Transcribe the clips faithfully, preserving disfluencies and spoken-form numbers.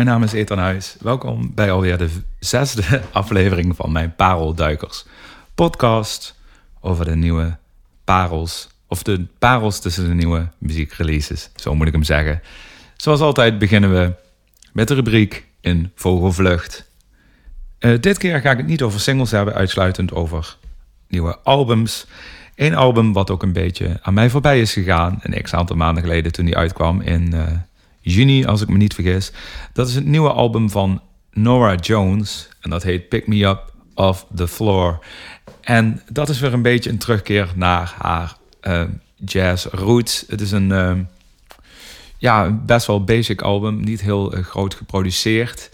mijn naam is Ethan Huis. Welkom bij alweer de zesde aflevering van mijn Parelduikers podcast over de nieuwe parels, of de parels tussen de nieuwe muziekreleases, zo moet ik hem zeggen. Zoals altijd beginnen we met de rubriek in vogelvlucht. Uh, dit keer ga ik het niet over singles hebben, uitsluitend over nieuwe albums. Eén album wat ook een beetje aan mij voorbij is gegaan, een x-aantal maanden geleden toen die uitkwam in uh, juni, als ik me niet vergis. Dat is het nieuwe album van Norah Jones en dat heet Pick Me Up Off The Floor. En dat is weer een beetje een terugkeer naar haar uh, jazz roots. Het is een uh, ja, best wel basic album, niet heel uh, groot geproduceerd.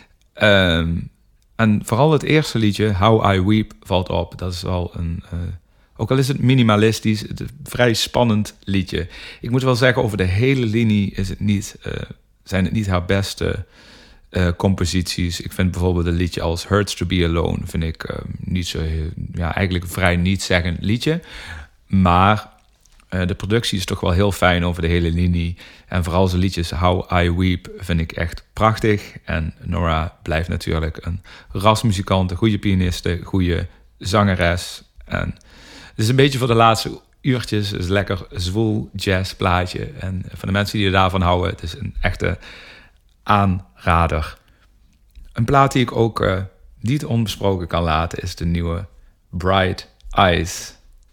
Um, en vooral het eerste liedje, How I Weep, valt op. Dat is wel een... Uh, Ook al is het minimalistisch, het is een vrij spannend liedje. Ik moet wel zeggen, over de hele linie is het niet, uh, zijn het niet haar beste uh, composities. Ik vind bijvoorbeeld een liedje als Hurts to Be Alone... vind ik uh, niet zo heel, ja, eigenlijk een vrij niet-zeggend liedje. Maar uh, de productie is toch wel heel fijn over de hele linie. En vooral zijn liedjes How I Weep vind ik echt prachtig. En Norah blijft natuurlijk een rasmuzikant, een goede pianiste, goede zangeres. En het is een beetje voor de laatste uurtjes. Het is een lekker zwoel jazzplaatje. En voor de mensen die er daarvan houden, het is een echte aanrader. Een plaat die ik ook uh, niet onbesproken kan laten is de nieuwe Bright Eyes.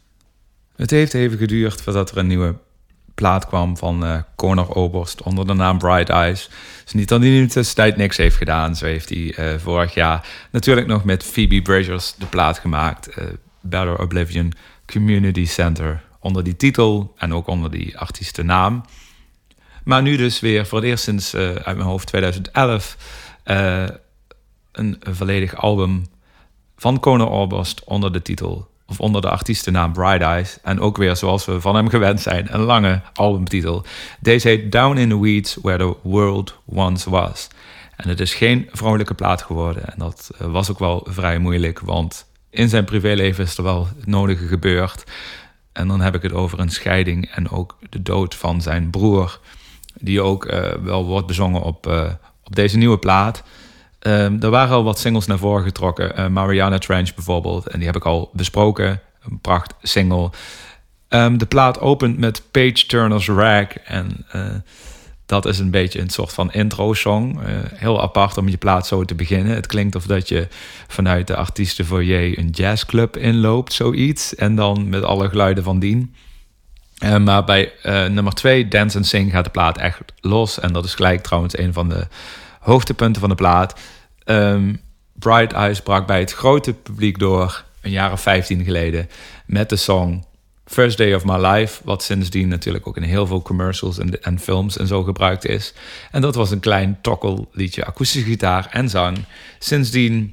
Het heeft even geduurd voordat er een nieuwe plaat kwam van uh, Conor Oberst onder de naam Bright Eyes. Het is niet dat hij in de tussentijd niks heeft gedaan. Zo heeft hij uh, vorig jaar natuurlijk nog met Phoebe Bridgers de plaat gemaakt. Uh, Better Oblivion Community Center, onder die titel en ook onder die artiestennaam. Maar nu dus weer voor het eerst sinds uh, uit mijn hoofd twintig elf uh, een, een volledig album van Conor Oberst onder de titel, of onder de artiestennaam Bright Eyes. En ook weer, zoals we van hem gewend zijn, een lange albumtitel. Deze heet Down in the Weeds Where the World Once Was. En het is geen vrolijke plaat geworden. En dat uh, was ook wel vrij moeilijk, want in zijn privéleven is er wel het nodige gebeurd. En dan heb ik het over een scheiding en ook de dood van zijn broer, die ook uh, wel wordt bezongen op, uh, op deze nieuwe plaat. Uh, er waren al wat singles naar voren getrokken. Uh, Mariana Trench bijvoorbeeld. En die heb ik al besproken. Een pracht single. Um, de plaat opent met Page Turner's Rag. En uh, dat is een beetje een soort van intro-song. Uh, heel apart om je plaat zo te beginnen. Het klinkt of dat je vanuit de artiestenfoyer een jazzclub inloopt, zoiets. En dan met alle geluiden van dien. Uh, maar bij uh, nummer twee, Dance and Sing, gaat de plaat echt los. En dat is gelijk trouwens een van de hoogtepunten van de plaat. Um, Bright Eyes brak bij het grote publiek door, een jaar of vijftien geleden, met de song First Day of My Life, wat sindsdien natuurlijk ook in heel veel commercials en, en films en zo gebruikt is. En dat was een klein tokkelliedje, akoestische gitaar en zang. Sindsdien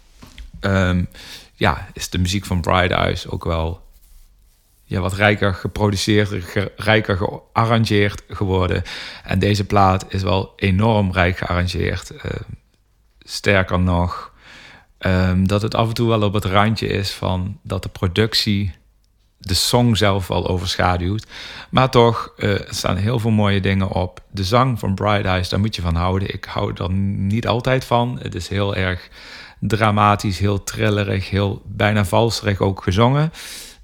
um, ja, is de muziek van Bright Eyes ook wel ja, wat rijker geproduceerd, ge, rijker gearrangeerd geworden. En deze plaat is wel enorm rijk gearrangeerd. Uh, sterker nog, um, dat het af en toe wel op het randje is van dat de productie de song zelf wel overschaduwt. Maar toch, uh, er staan heel veel mooie dingen op. De zang van Bright Eyes, daar moet je van houden. Ik hou er niet altijd van. Het is heel erg dramatisch, heel trillerig, heel bijna valserig ook gezongen.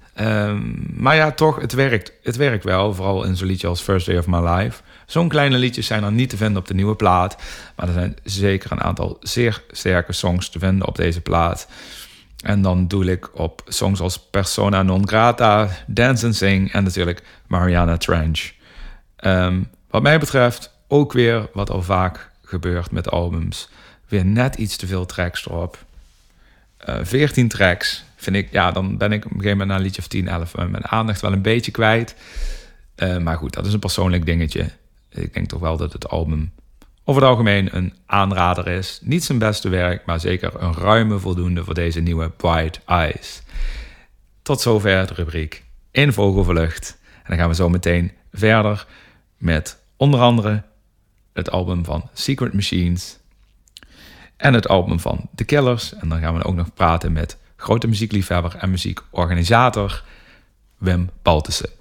Um, maar ja, toch, het werkt, het werkt wel. Vooral in zo'n liedje als First Day of My Life. Zo'n kleine liedjes zijn er niet te vinden op de nieuwe plaat. Maar er zijn zeker een aantal zeer sterke songs te vinden op deze plaat. En dan doe ik op songs als Persona Non Grata, Dance and Sing en natuurlijk Mariana Trench. Um, wat mij betreft ook weer wat al vaak gebeurt met albums. Weer net iets te veel tracks erop. Uh, veertien tracks vind ik, ja, dan ben ik op een gegeven moment na een liedje of tien, elf mijn aandacht wel een beetje kwijt. Uh, maar goed, dat is een persoonlijk dingetje. Ik denk toch wel dat het album over het algemeen een aanrader is. Niet zijn beste werk, maar zeker een ruime voldoende voor deze nieuwe Bright Eyes. Tot zover de rubriek In Vogelvlucht. En dan gaan we zo meteen verder met onder andere het album van Secret Machines en het album van The Killers. En dan gaan we ook nog praten met grote muziekliefhebber en muziekorganisator Wim Baltussen.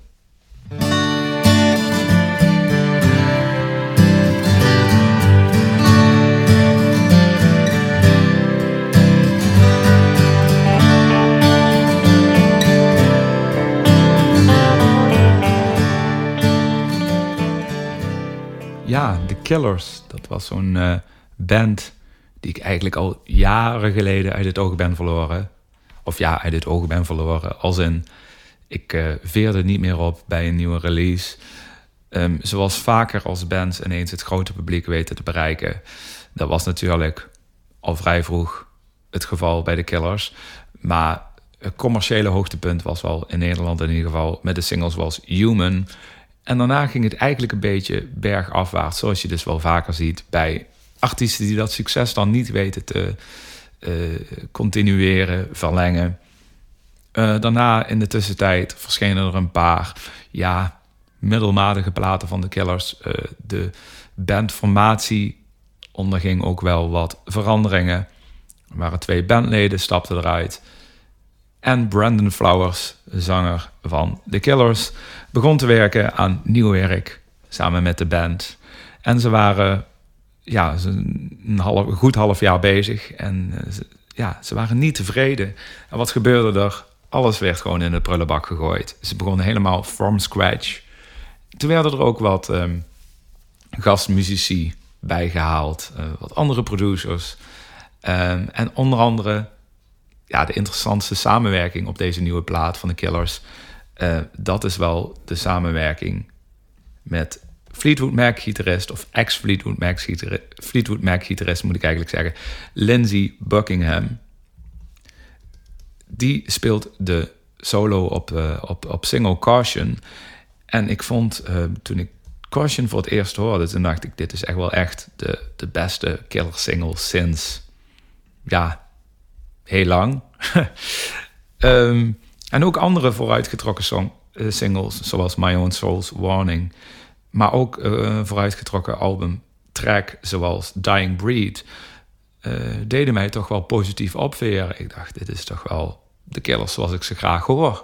Killers. Dat was zo'n uh, band die ik eigenlijk al jaren geleden uit het oog ben verloren. Of ja, uit het oog ben verloren. Als in, ik uh, veerde niet meer op bij een nieuwe release. Um, zoals vaker als bands ineens het grote publiek weten te bereiken. Dat was natuurlijk al vrij vroeg het geval bij de Killers. Maar het commerciële hoogtepunt was wel in Nederland in ieder geval met de singles zoals Human. En daarna ging het eigenlijk een beetje bergafwaarts, zoals je dus wel vaker ziet bij artiesten die dat succes dan niet weten te uh, continueren, verlengen. Uh, daarna in de tussentijd verschenen er een paar ja, middelmatige platen van de Killers. Uh, de bandformatie onderging ook wel wat veranderingen. Er waren twee bandleden, stapten eruit. En Brandon Flowers, zanger van The Killers, begon te werken aan nieuw werk samen met de band. En ze waren ja, een, half, een goed half jaar bezig. En ze, ja, ze waren niet tevreden. En wat gebeurde er? Alles werd gewoon in de prullenbak gegooid. Ze begonnen helemaal from scratch. Toen werden er ook wat um, gastmuzici bijgehaald. Uh, wat andere producers. Um, en onder andere ja, de interessantste samenwerking op deze nieuwe plaat van de Killers. Uh, dat is wel de samenwerking met Fleetwood Mac-gitarist, of ex-Fleetwood Mac-gitarist, Fleetwood Mac-gitarist moet ik eigenlijk zeggen, Lindsey Buckingham. Die speelt de solo op, uh, op, op single Caution. En ik vond, uh, toen ik Caution voor het eerst hoorde, toen dacht ik, dit is echt wel echt de, de beste Killer-single sinds, ja, heel lang. um, en ook andere vooruitgetrokken song, uh, singles, zoals My Own Soul's Warning. Maar ook uh, vooruitgetrokken albumtrack, zoals Dying Breed, uh, deden mij toch wel positief opveren. Ik dacht, dit is toch wel de Killers zoals ik ze graag hoor.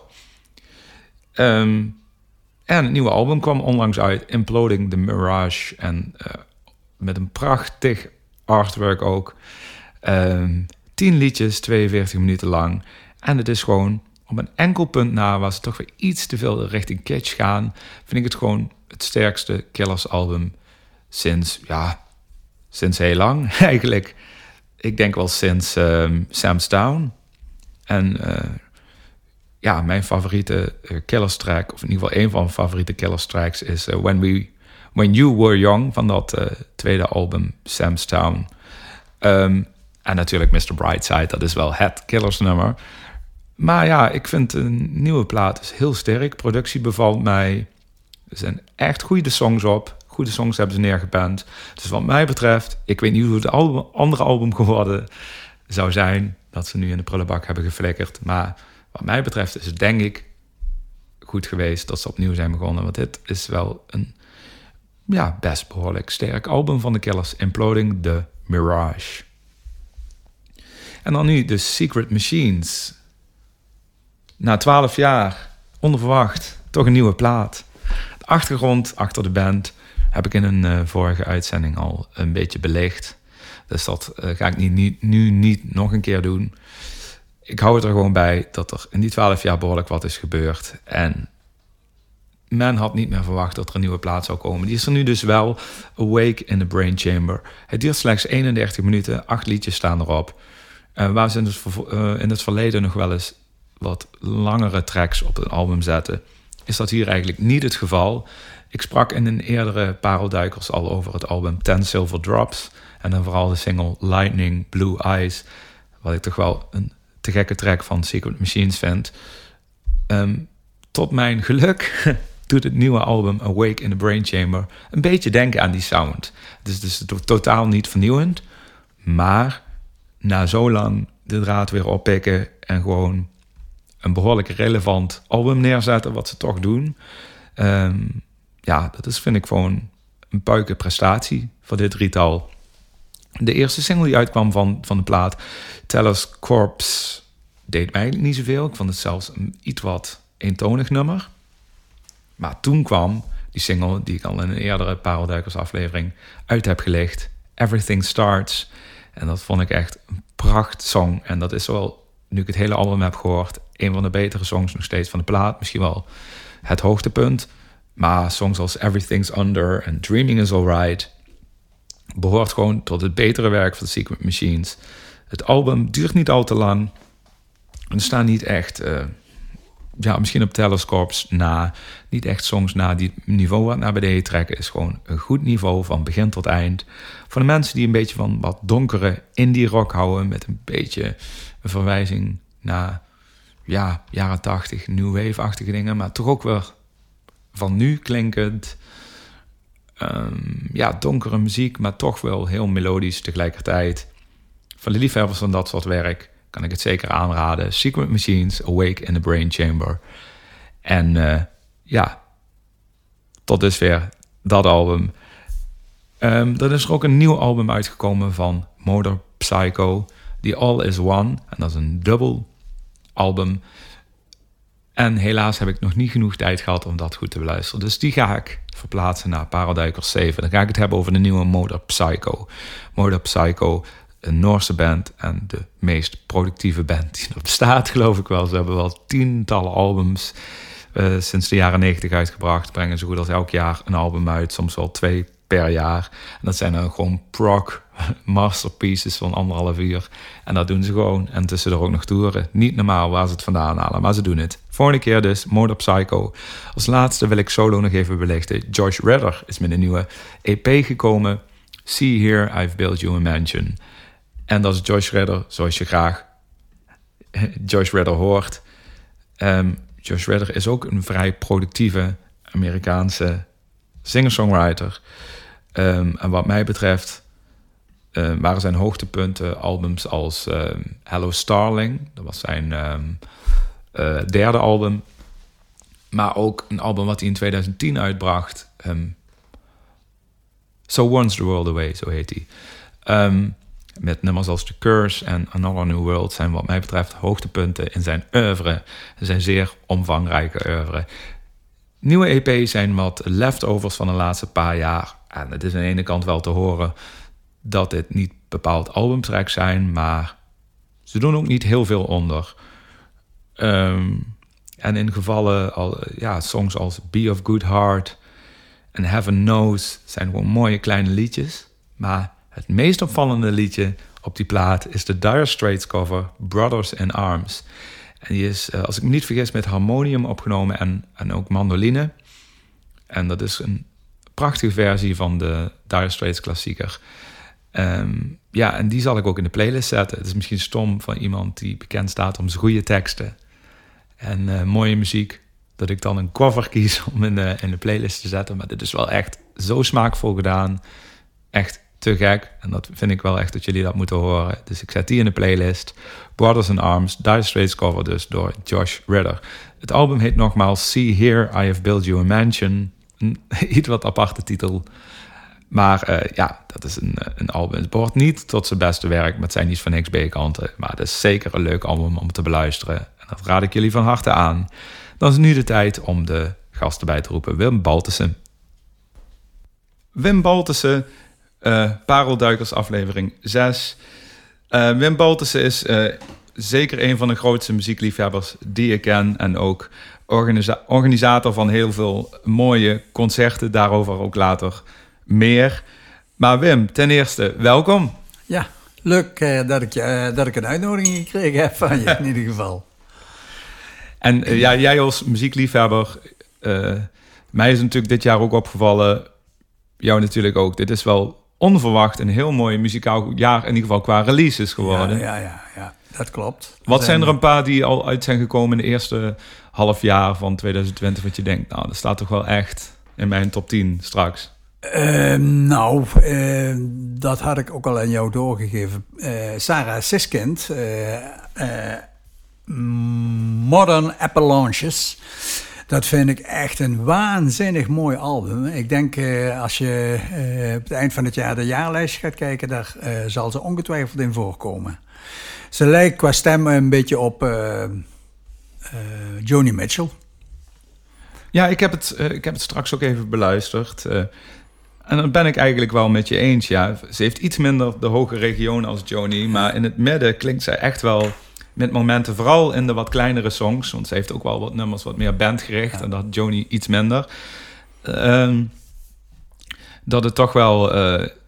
Um, en het nieuwe album kwam onlangs uit, Imploding the Mirage. En uh, met een prachtig artwork ook. Um, tien liedjes, tweeënveertig minuten lang. En het is gewoon op een enkel punt na, waar ze toch weer iets te veel richting kitsch gaan, vind ik het gewoon het sterkste Killers album sinds, ja, sinds heel lang eigenlijk. Ik denk wel sinds um, Sam's Town. En uh, ja, mijn favoriete uh, Killers track, of in ieder geval een van mijn favoriete Killers tracks, is uh, When We, When You Were Young, van dat uh, tweede album Sam's Town. Um, en natuurlijk mister Brightside, dat is wel het Killers nummer. Maar ja, ik vind een nieuwe plaat is heel sterk. Productie bevalt mij. Er zijn echt goede songs op. Goede songs hebben ze neergepend. Dus wat mij betreft, ik weet niet hoe het album, andere album geworden zou zijn, dat ze nu in de prullenbak hebben geflikkerd. Maar wat mij betreft is het denk ik goed geweest dat ze opnieuw zijn begonnen. Want dit is wel een ja, best behoorlijk sterk album van de Killers. Imploding the Mirage. En dan nu de Secret Machines. Na twaalf jaar, onverwacht, toch een nieuwe plaat. De achtergrond achter de band heb ik in een uh, vorige uitzending al een beetje belicht. Dus dat uh, ga ik niet, niet, nu niet nog een keer doen. Ik hou het er gewoon bij dat er in die twaalf jaar behoorlijk wat is gebeurd. En men had niet meer verwacht dat er een nieuwe plaat zou komen. Die is er nu dus wel, Awake in the Brain Chamber. Het duurt slechts eenendertig minuten, acht liedjes staan erop. Uh, waar ze in het, uh, in het verleden nog wel eens wat langere tracks op een album zetten, is dat hier eigenlijk niet het geval. Ik sprak in een eerdere Parelduikers al over het album Ten Silver Drops. En dan vooral de single Lightning Blue Eyes, wat ik toch wel een te gekke track van Secret Machines vind. Um, tot mijn geluk doet het nieuwe album Awake in the Brain Chamber een beetje denken aan die sound. Het is dus totaal niet vernieuwend, maar na zo lang de draad weer oppikken en gewoon een behoorlijk relevant album neerzetten, wat ze toch doen. Um, ja, dat is, vind ik, gewoon een puike prestatie voor dit drietal. De eerste single die uitkwam van, van de plaat, Teller's Corpse, deed mij eigenlijk niet zoveel. Ik vond het zelfs een iets wat eentonig nummer. Maar toen kwam die single, die ik al in een eerdere Parelduikers aflevering uit heb gelegd, Everything Starts. En dat vond ik echt een prachtsong. En dat is wel, nu ik het hele album heb gehoord, een van de betere songs nog steeds van de plaat. Misschien wel het hoogtepunt. Maar songs als Everything's Under en Dreaming is Alright, behoort gewoon tot het betere werk van Secret Machines. Het album duurt niet al te lang. Er staan niet echt, uh, ja, misschien op Telescopes na, niet echt songs na die niveau wat naar beneden trekken. Is gewoon een goed niveau van begin tot eind. Voor de mensen die een beetje van wat donkere indie rock houden, met een beetje een verwijzing naar, ja, jaren tachtig, new wave-achtige dingen, maar toch ook weer van nu klinkend. Um, ja, donkere muziek, maar toch wel heel melodisch tegelijkertijd. Voor de liefhebbers van dat soort werk kan ik het zeker aanraden. Secret Machines, Awake in the Brain Chamber. En uh, ja, tot dusver dat album. Um, er is er ook een nieuw album uitgekomen van Motor Psycho, The All Is One. En dat is een dubbel album. En helaas heb ik nog niet genoeg tijd gehad om dat goed te beluisteren. Dus die ga ik verplaatsen naar Parelduikers zeven. Dan ga ik het hebben over de nieuwe Motor Psycho. Motor Psycho, een Noorse band en de meest productieve band die er bestaat, geloof ik wel. Ze hebben wel tientallen albums uh, sinds de jaren negentig uitgebracht. Brengen zo goed als elk jaar een album uit, soms wel twee per jaar. En dat zijn dan gewoon prog masterpieces van anderhalf uur. En dat doen ze gewoon. En tussendoor ook nog toeren. Niet normaal waar ze het vandaan halen, maar ze doen het. Volgende keer dus Motor Psycho. Als laatste wil ik solo nog even belichten. Josh Redder is met een nieuwe E P gekomen. See Here, I've Built You a Mansion. En dat is Josh Redder, zoals je graag Josh Redder hoort. Um, Josh Redder is ook een vrij productieve Amerikaanse singer-songwriter. Um, en wat mij betreft uh, waren zijn hoogtepunten albums als um, Hello Starling. Dat was zijn um, uh, derde album. Maar ook een album wat hij in twintig tien uitbracht. Um, So Once the World Away, zo heet hij. Um, met nummers als The Curse en Another New World zijn wat mij betreft hoogtepunten in zijn oeuvre. Zijn zeer omvangrijke oeuvre. Nieuwe E P's zijn wat leftovers van de laatste paar jaar. En het is aan de ene kant wel te horen dat dit niet bepaald albumtracks zijn, maar ze doen ook niet heel veel onder. Um, en in gevallen, al, ja, songs als Be of Good Heart en Heaven Knows zijn gewoon mooie kleine liedjes. Maar het meest opvallende liedje op die plaat is de Dire Straits cover Brothers in Arms. En die is, als ik me niet vergis, met harmonium opgenomen en, en ook mandoline. En dat is een prachtige versie van de Dire Straits klassieker. Um, ja, en die zal ik ook in de playlist zetten. Het is misschien stom van iemand die bekend staat om zijn goede teksten en uh, mooie muziek, dat ik dan een cover kies om in de, in de playlist te zetten. Maar dit is wel echt zo smaakvol gedaan. Echt te gek. En dat vind ik wel echt dat jullie dat moeten horen. Dus ik zet die in de playlist. Brothers in Arms, Dire Straits cover dus door Josh Redder. Het album heet nogmaals See Here, I Have Built You a Mansion. Een iets wat aparte titel. Maar uh, ja, dat is een, een album. Het behoort niet tot zijn beste werk, maar het zijn niet van niks B-kanten. Maar het is zeker een leuk album om te beluisteren. En dat raad ik jullie van harte aan. Dan is nu de tijd om de gasten bij te roepen. Wim Baltussen. Wim Baltussen, uh, Parelduikers aflevering zes. Uh, Wim Baltussen is uh, zeker een van de grootste muziekliefhebbers die ik ken. En ook organisa- organisator van heel veel mooie concerten. Daarover ook later meer. Maar Wim, ten eerste, welkom. Ja, leuk uh, dat, ik, uh, dat ik een uitnodiging gekregen heb van je in ieder geval. En uh, ja, jij als muziekliefhebber, uh, mij is natuurlijk dit jaar ook opgevallen, jou natuurlijk ook. Dit is wel onverwacht een heel mooi muzikaal jaar, in ieder geval qua releases geworden. Ja, ja, ja, ja, dat klopt. Wat er zijn er een paar die al uit zijn gekomen in de eerste half jaar van twintig twintig, wat je denkt, nou, dat staat toch wel echt in mijn top tien straks? Uh, nou, uh, dat had ik ook al aan jou doorgegeven. Uh, Sarah Siskind, uh, uh, Modern Avalanches. Dat vind ik echt een waanzinnig mooi album. Ik denk, uh, als je uh, op het eind van het jaar de jaarlijst gaat kijken, daar uh, zal ze ongetwijfeld in voorkomen. Ze lijkt qua stem een beetje op uh, uh, Joni Mitchell. Ja, ik heb, het, uh, ik heb het straks ook even beluisterd. Uh, en dan ben ik eigenlijk wel met je eens. Ja, ze heeft iets minder de hoge regionen als Joni, maar in het midden klinkt zij echt wel met momenten, vooral in de wat kleinere songs, want ze heeft ook wel wat nummers wat meer bandgericht, ja. En dat had Joni iets minder. Uh, dat het toch wel uh,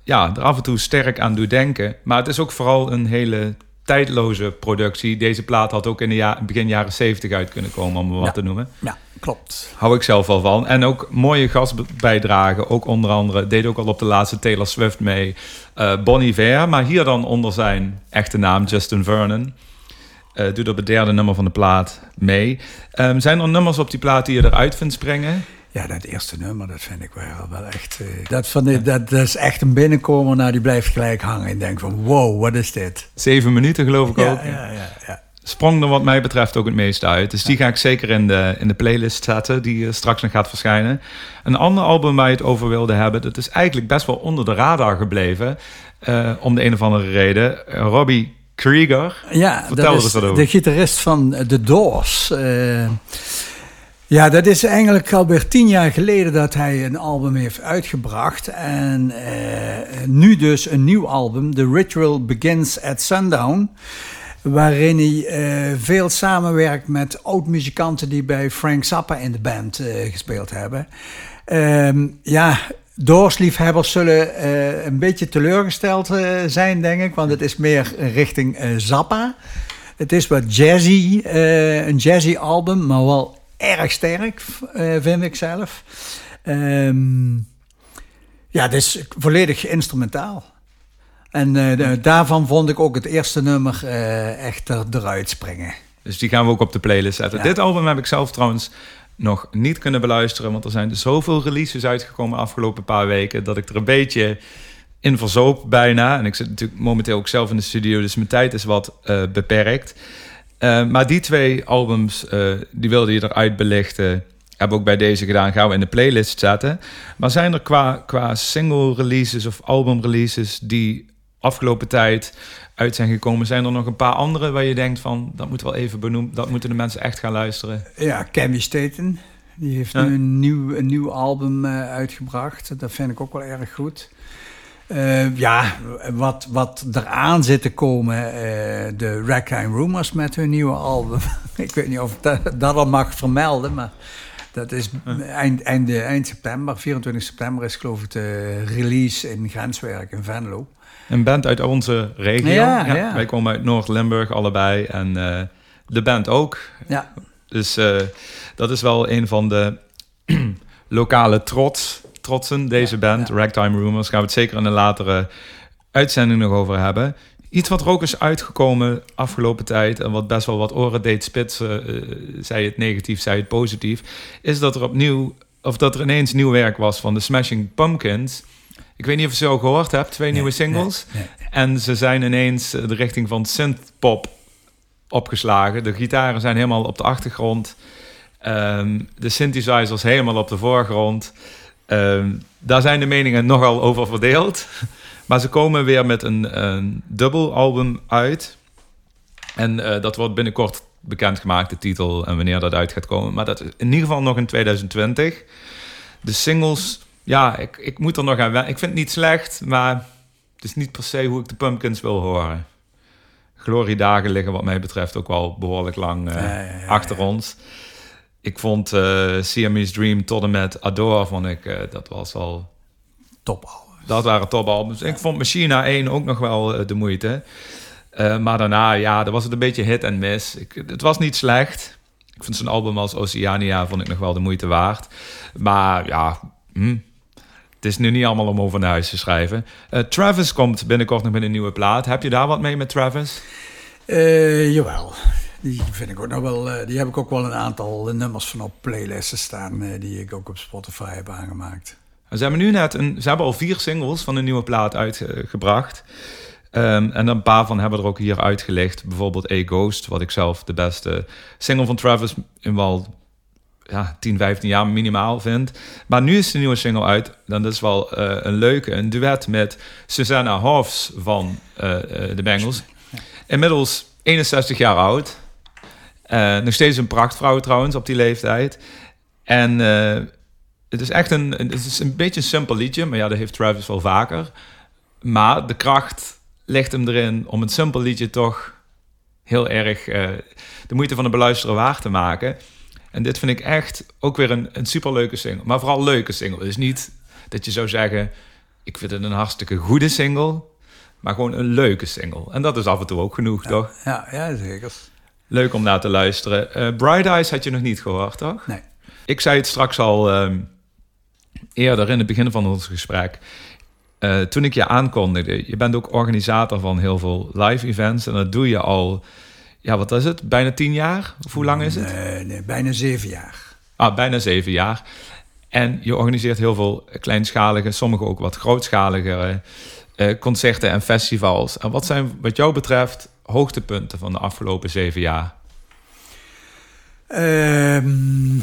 ja, er af en toe sterk aan doet denken. Maar het is ook vooral een hele tijdloze productie. Deze plaat had ook in de ja- begin jaren zeventig uit kunnen komen, om maar wat Ja. te noemen. Ja, klopt. Hou ik zelf wel van. En ook mooie gastbijdragen. Ook onder andere, deed ook al op de laatste Taylor Swift mee. Uh, Bon Iver, maar hier dan onder zijn echte naam, Justin Vernon. Uh, doet op het derde nummer van de plaat mee. Um, zijn er nummers op die plaat die je eruit vindt springen? Ja, dat eerste nummer, dat vind ik wel, wel echt... Uh, dat, van die, dat, dat is echt een binnenkomer, nou, die blijft gelijk hangen. En denk van, wow, wat is dit? Zeven minuten geloof ik ja, ook. Ja, ja, ja. Sprong er wat mij betreft ook het meeste uit. Dus die ga ik zeker in de, in de playlist zetten, die uh, straks nog gaat verschijnen. Een ander album waar je het over wilde hebben, dat is eigenlijk best wel onder de radar gebleven. Uh, om de een of andere reden. Uh, Robbie Krieger. Ja, Vertel dat eens is wat over. De gitarist van The Doors. Uh, ja, dat is eigenlijk alweer tien jaar geleden dat hij een album heeft uitgebracht. En uh, nu dus een nieuw album, The Ritual Begins at Sundown. Waarin hij uh, veel samenwerkt met oud-muzikanten die bij Frank Zappa in de band uh, gespeeld hebben. Um, ja, Doors-liefhebbers zullen uh, een beetje teleurgesteld uh, zijn, denk ik. Want het is meer richting uh, Zappa. Het is wat jazzy, uh, een jazzy album, maar wel erg sterk, uh, vind ik zelf. Um, ja, het is volledig instrumentaal. En uh, de, daarvan vond ik ook het eerste nummer uh, echt er, eruit springen. Dus die gaan we ook op de playlist zetten. Ja. Dit album heb ik zelf trouwens nog niet kunnen beluisteren, want er zijn zoveel releases uitgekomen de afgelopen paar weken, dat ik er een beetje in verzoop bijna. En ik zit natuurlijk momenteel ook zelf in de studio, dus mijn tijd is wat uh, beperkt. Uh, maar die twee albums, uh, die wilde je eruit belichten. Hebben ook bij deze gedaan, gaan we in de playlist zetten. Maar zijn er qua, qua single releases of album releases die afgelopen tijd uit zijn gekomen, zijn er nog een paar andere waar je denkt van, dat moet wel even benoemd, dat moeten de mensen echt gaan luisteren? Ja, Cami Staten, die heeft ja. nu een nieuw, een nieuw album uh, uitgebracht. Dat vind ik ook wel erg goed. Uh, ja, wat, wat eraan zit te komen, uh, de Ragtime Rumors met hun nieuwe album. Ik weet niet of ik dat, dat al mag vermelden, maar dat is eind, eind, eind september, vierentwintig september is geloof ik de release in Grenswerk in Venlo. Een band uit onze regio. Ja, ja, ja. Wij komen uit Noord-Limburg allebei en uh, de band ook. Ja. Dus uh, dat is wel een van de lokale trots, trotsen, deze ja, band. Ja. Ragtime Rumors, gaan we het zeker in een latere uitzending nog over hebben. Iets wat er ook is uitgekomen afgelopen tijd en wat best wel wat oren deed spitsen, uh, zei het negatief, zei het positief, is dat er opnieuw, of dat er ineens nieuw werk was van de Smashing Pumpkins. Ik weet niet of je ze al gehoord hebt, twee nee, nieuwe singles. Nee, nee. En ze zijn ineens de richting van synthpop opgeslagen. De gitaren zijn helemaal op de achtergrond. Um, de synthesizers helemaal op de voorgrond. Um, daar zijn de meningen nogal over verdeeld. Maar ze komen weer met een, een dubbel album uit. En uh, dat wordt binnenkort bekendgemaakt, de titel en wanneer dat uit gaat komen. Maar dat is in ieder geval nog in twintig twintig. De singles, ja, ik, ik moet er nog aan wennen. Ik vind het niet slecht, maar het is niet per se hoe ik de Pumpkins wil horen. Gloriedagen liggen wat mij betreft ook wel behoorlijk lang uh, ja, ja, ja, achter ja. ons. Ik vond uh, Siamese Dream tot en met Adore, vond ik, uh, dat was al... Topalbums. Dat waren topalbums. Ja. Ik vond Machina één ook nog wel uh, de moeite. Uh, maar daarna, ja, dan was het een beetje hit en miss. Ik, het was niet slecht. Ik vond zo'n album als Oceania vond ik nog wel de moeite waard. Maar ja, hm, het is nu niet allemaal om over naar huis te schrijven. Uh, Travis komt binnenkort nog met een nieuwe plaat. Heb je daar wat mee met Travis? Uh, jawel. Die vind ik ook nog wel. Uh, die heb ik ook wel een aantal nummers van op playlisten staan uh, die ik ook op Spotify heb aangemaakt. Ze hebben nu net een, ze hebben al vier singles van een nieuwe plaat uitgebracht. Um, en een paar van hebben er ook hier uitgelegd. Bijvoorbeeld A Ghost, wat ik zelf de beste single van Travis in wel ja, tien, vijftien jaar minimaal vind. Maar nu is de nieuwe single uit. Dan is wel uh, een leuke, een duet met Susanna Hoffs van uh, uh, de Bengals. Inmiddels eenenzestig jaar oud. Uh, nog steeds een prachtvrouw trouwens op die leeftijd. En uh, het is echt een, het is een beetje een simpel liedje, maar ja, dat heeft Travis wel vaker. Maar de kracht ligt hem erin om een simpel liedje toch heel erg uh, de moeite van de beluisteren waard te maken. En dit vind ik echt ook weer een, een superleuke single. Maar vooral leuke single. Dus niet dat je zou zeggen, ik vind het een hartstikke goede single, maar gewoon een leuke single. En dat is af en toe ook genoeg, ja, toch? Ja, ja, zeker. Leuk om naar te luisteren. Uh, Bright Eyes had je nog niet gehoord, toch? Nee. Ik zei het straks al um, eerder in het begin van ons gesprek. Uh, toen ik je aankondigde, je bent ook organisator van heel veel live events. En dat doe je al, ja, wat is het? Bijna tien jaar? Of hoe lang is het? Nee, nee, bijna zeven jaar. Ah, bijna zeven jaar. En je organiseert heel veel kleinschalige, sommige ook wat grootschalige uh, concerten en festivals. En wat zijn wat jou betreft hoogtepunten van de afgelopen zeven jaar? Um,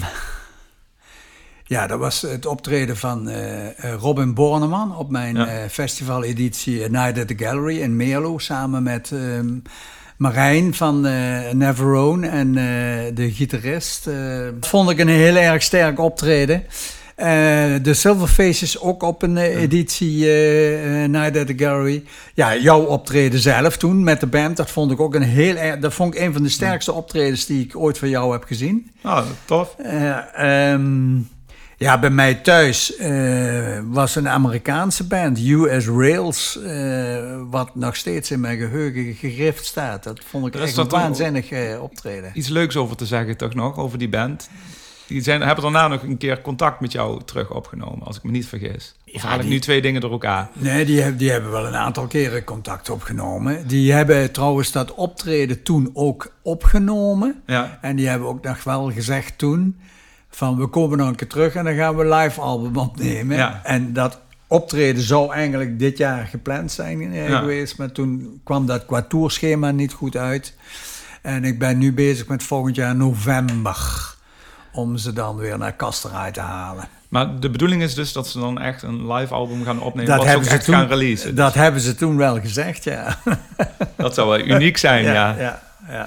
ja, dat was het optreden van uh, Robin Borneman op mijn ja. uh, festivaleditie Night at the Gallery in Meerlo, samen met um, Marijn van uh, Neverone en uh, de gitarist. Uh, dat vond ik een heel erg sterk optreden. Uh, de Silverfaces ook op een uh, editie uh, Night at the Gallery. Ja, jouw optreden zelf toen met de band, dat vond ik ook een heel erg. Dat vond ik een van de sterkste optredens die ik ooit van jou heb gezien. Ah, tof. Uh, um, ja, bij mij thuis uh, was een Amerikaanse band, U S Rails, uh, wat nog steeds in mijn geheugen gegrift staat. Dat vond ik echt een waanzinnig uh, optreden. Iets leuks over te zeggen toch nog, over die band? Die zijn, hebben daarna nog een keer contact met jou terug opgenomen, als ik me niet vergis. Of ja, haal ik die, nu twee dingen door elkaar? Nee, die, heb, die hebben wel een aantal keren contact opgenomen. Die hebben trouwens dat optreden toen ook opgenomen. Ja. En die hebben ook nog wel gezegd toen van we komen nog een keer terug en dan gaan we een live album opnemen. Ja. En dat optreden zou eigenlijk dit jaar gepland zijn eh, ja. geweest. Maar toen kwam dat qua tourschema niet goed uit. En ik ben nu bezig met volgend jaar november om ze dan weer naar Kasterij te halen. Maar de bedoeling is dus dat ze dan echt een live album gaan opnemen, dat wat hebben ze ze echt toen, gaan releasen. Dat hebben ze toen wel gezegd, ja. Dat zou wel uniek zijn, ja. Ja, ja, ja.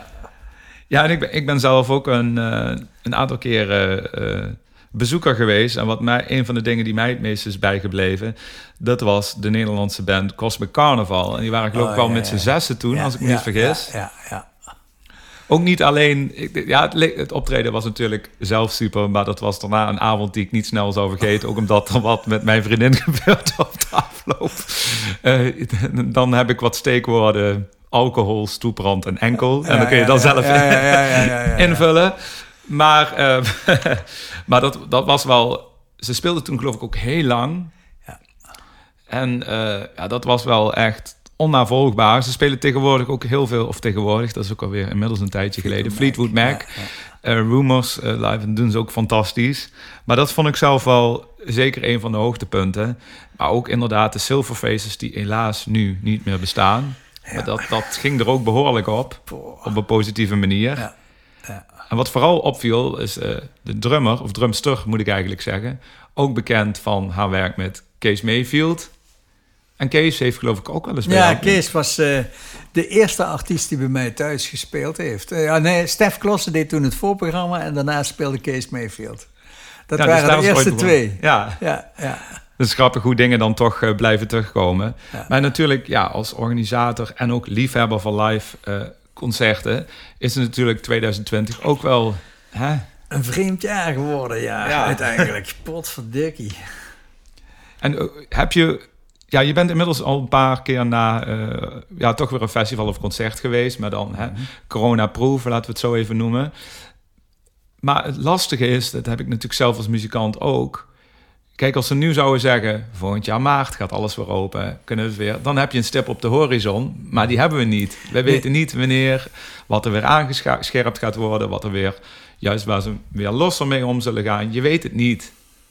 ja en ik ben, ik ben zelf ook een, uh, een aantal keren uh, bezoeker geweest. En wat mij, een van de dingen die mij het meest is bijgebleven, dat was de Nederlandse band Cosmic Carnival. En die waren geloof ik oh, wel ja, met z'n ja. zessen toen, ja, als ik me ja, niet vergis. Ja, ja, ja. Ook niet alleen, ja, het, het optreden was natuurlijk zelf super, maar dat was daarna een avond die ik niet snel zou vergeten, ook omdat er wat met mijn vriendin gebeurde op de afloop. Uh, dan heb ik wat steekwoorden, alcohol, stoeprand en enkel. En dan kun je dan zelf ja, ja, ja, ja, ja, ja. invullen. Maar, uh, maar dat, dat was wel, ze speelden toen geloof ik ook heel lang. Ja. En uh, ja, dat was wel echt onnavolgbaar. Ze spelen tegenwoordig ook heel veel, of tegenwoordig, dat is ook alweer inmiddels een tijdje geleden, Fleetwood Mac, ja, ja. Uh, Rumors uh, live, en doen ze ook fantastisch. Maar dat vond ik zelf wel zeker een van de hoogtepunten. Maar ook inderdaad de Silverfaces die helaas nu niet meer bestaan. Ja. Maar dat, dat ging er ook behoorlijk op, op een positieve manier. Ja. Ja. En wat vooral opviel is uh, de drummer, of drumster moet ik eigenlijk zeggen, ook bekend van haar werk met Kees Mayfield. En Kees heeft geloof ik ook wel eens bij. Ja, Kees was uh, de eerste artiest die bij mij thuis gespeeld heeft. Uh, ja, nee, Stef Klossen deed toen het voorprogramma en daarna speelde Kees Mayfield. Dat ja, waren dus de eerste twee. Ja. Ja, ja. Dus grappig hoe dingen dan toch uh, blijven terugkomen. Ja. Maar natuurlijk, ja, als organisator en ook liefhebber van live uh, concerten is het natuurlijk twintig twintig ook wel hè? Een vreemd jaar geworden, ja, ja. uiteindelijk. Potverdikkie. En uh, heb je... Ja, je bent inmiddels al een paar keer na uh, ja, toch weer een festival of concert geweest, maar dan hè, corona-proof, laten we het zo even noemen. Maar het lastige is, dat heb ik natuurlijk zelf als muzikant ook. Kijk, als ze nu zouden zeggen, volgend jaar maart gaat alles weer open, kunnen we het weer, dan heb je een stip op de horizon, maar die hebben we niet. Wij weten niet wanneer, wat er weer aangescherpt gaat worden, wat er weer, juist waar ze weer losser mee om zullen gaan. Je weet het niet.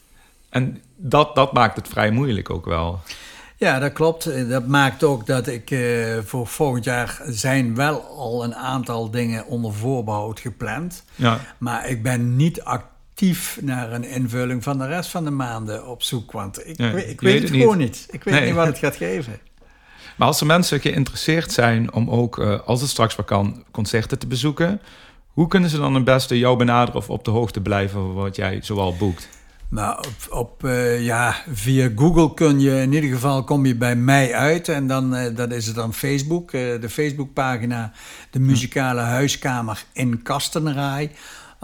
En dat, dat maakt het vrij moeilijk ook wel. Ja, dat klopt. Dat maakt ook dat ik uh, voor volgend jaar zijn wel al een aantal dingen onder voorbehoud gepland. Ja. Maar ik ben niet actief naar een invulling van de rest van de maanden op zoek. Want ik, ja, weet, ik weet, weet het, het gewoon niet. Ik weet nee. niet wat het gaat geven. Maar als er mensen geïnteresseerd zijn om ook, uh, als het straks weer kan, concerten te bezoeken, hoe kunnen ze dan het beste jou benaderen of op de hoogte blijven van wat jij zoal boekt? Nou, op, op, uh, ja, via Google kun je in ieder geval kom je bij mij uit. En dan uh, dat is het dan Facebook. Uh, de Facebookpagina De Muzikale Huiskamer in Kastenraai.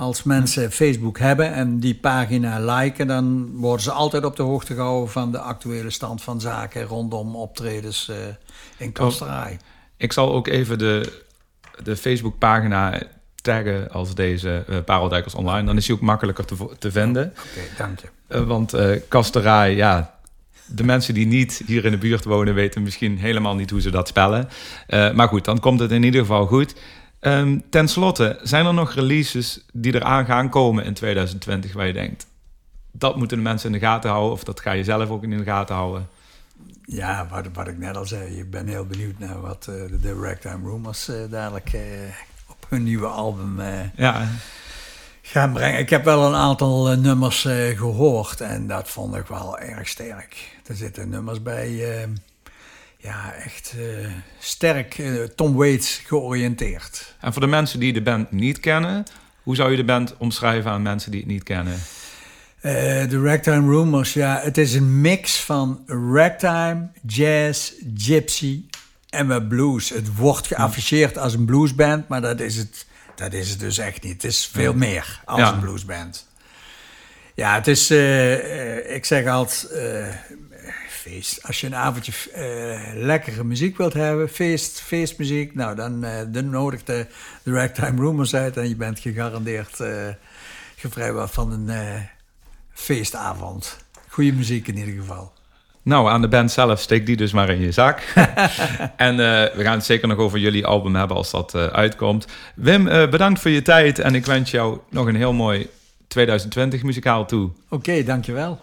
Als mensen Facebook hebben en die pagina liken, dan worden ze altijd op de hoogte gehouden van de actuele stand van zaken rondom optredens uh, in Kasterij. Ik zal ook even de, de Facebookpagina taggen als deze uh, Parelduikers Online. Dan is die ook makkelijker te, te vinden. Oké, okay, dank je. Uh, want uh, Kasterij, ja, de mensen die niet hier in de buurt wonen weten misschien helemaal niet hoe ze dat spellen. Uh, maar goed, dan komt het in ieder geval goed. Um, ten slotte, zijn er nog releases die eraan gaan komen in twintig twintig waar je denkt, dat moeten de mensen in de gaten houden of dat ga je zelf ook in de gaten houden? Ja, wat, wat ik net al zei, ik ben heel benieuwd naar wat uh, de, de Ragtime Rumors uh, dadelijk uh, op hun nieuwe album uh, ja. gaan brengen. Ik heb wel een aantal uh, nummers uh, gehoord en dat vond ik wel erg sterk. Er zitten nummers bij, uh, ja, echt uh, sterk uh, Tom Waits georiënteerd. En voor de mensen die de band niet kennen, hoe zou je de band omschrijven aan mensen die het niet kennen? Uh, de Ragtime Rumors, ja, het is een mix van ragtime, jazz, gypsy en met blues. Het wordt geafficheerd als een bluesband, maar dat is het, dat is het dus echt niet. Het is veel meer als ja. een bluesband. Ja, het is, uh, uh, ik zeg altijd, uh, feest. Als je een avondje uh, lekkere muziek wilt hebben, feest, feestmuziek, nou dan, uh, dan nodig de, de Ragtime Rumors uit en je bent gegarandeerd uh, gevrijwaard van een uh, feestavond. Goeie muziek in ieder geval. Nou, aan de band zelf, steek die dus maar in je zak. En uh, we gaan het zeker nog over jullie album hebben als dat uh, uitkomt. Wim, uh, bedankt voor je tijd en ik wens jou nog een heel mooi twintig twintig muzikaal toe. Oké, okay, dankjewel.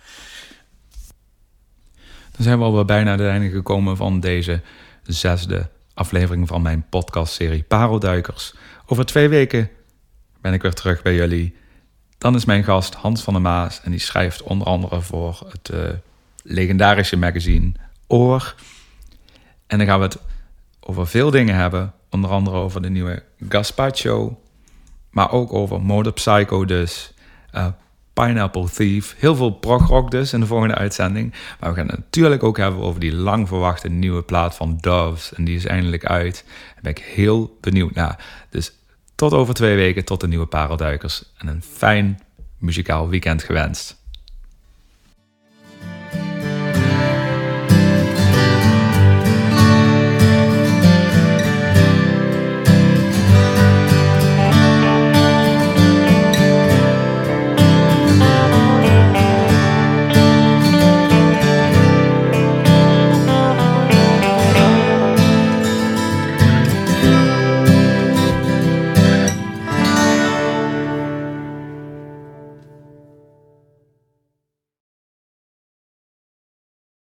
Dan zijn we alweer bijna aan het einde gekomen van deze zesde aflevering van mijn podcastserie Parelduikers. Over twee weken ben ik weer terug bij jullie. Dan is mijn gast Hans van der Maas en die schrijft onder andere voor het uh, legendarische magazine Oor. En dan gaan we het over veel dingen hebben, onder andere over de nieuwe Gazpacho, maar ook over Mode Psycho dus, uh, Pineapple Thief, heel veel progrock dus in de volgende uitzending. Maar we gaan het natuurlijk ook hebben over die lang verwachte nieuwe plaat van Doves. En die is eindelijk uit. Daar ben ik heel benieuwd naar. Dus tot over twee weken, tot de nieuwe Parelduikers. En een fijn muzikaal weekend gewenst.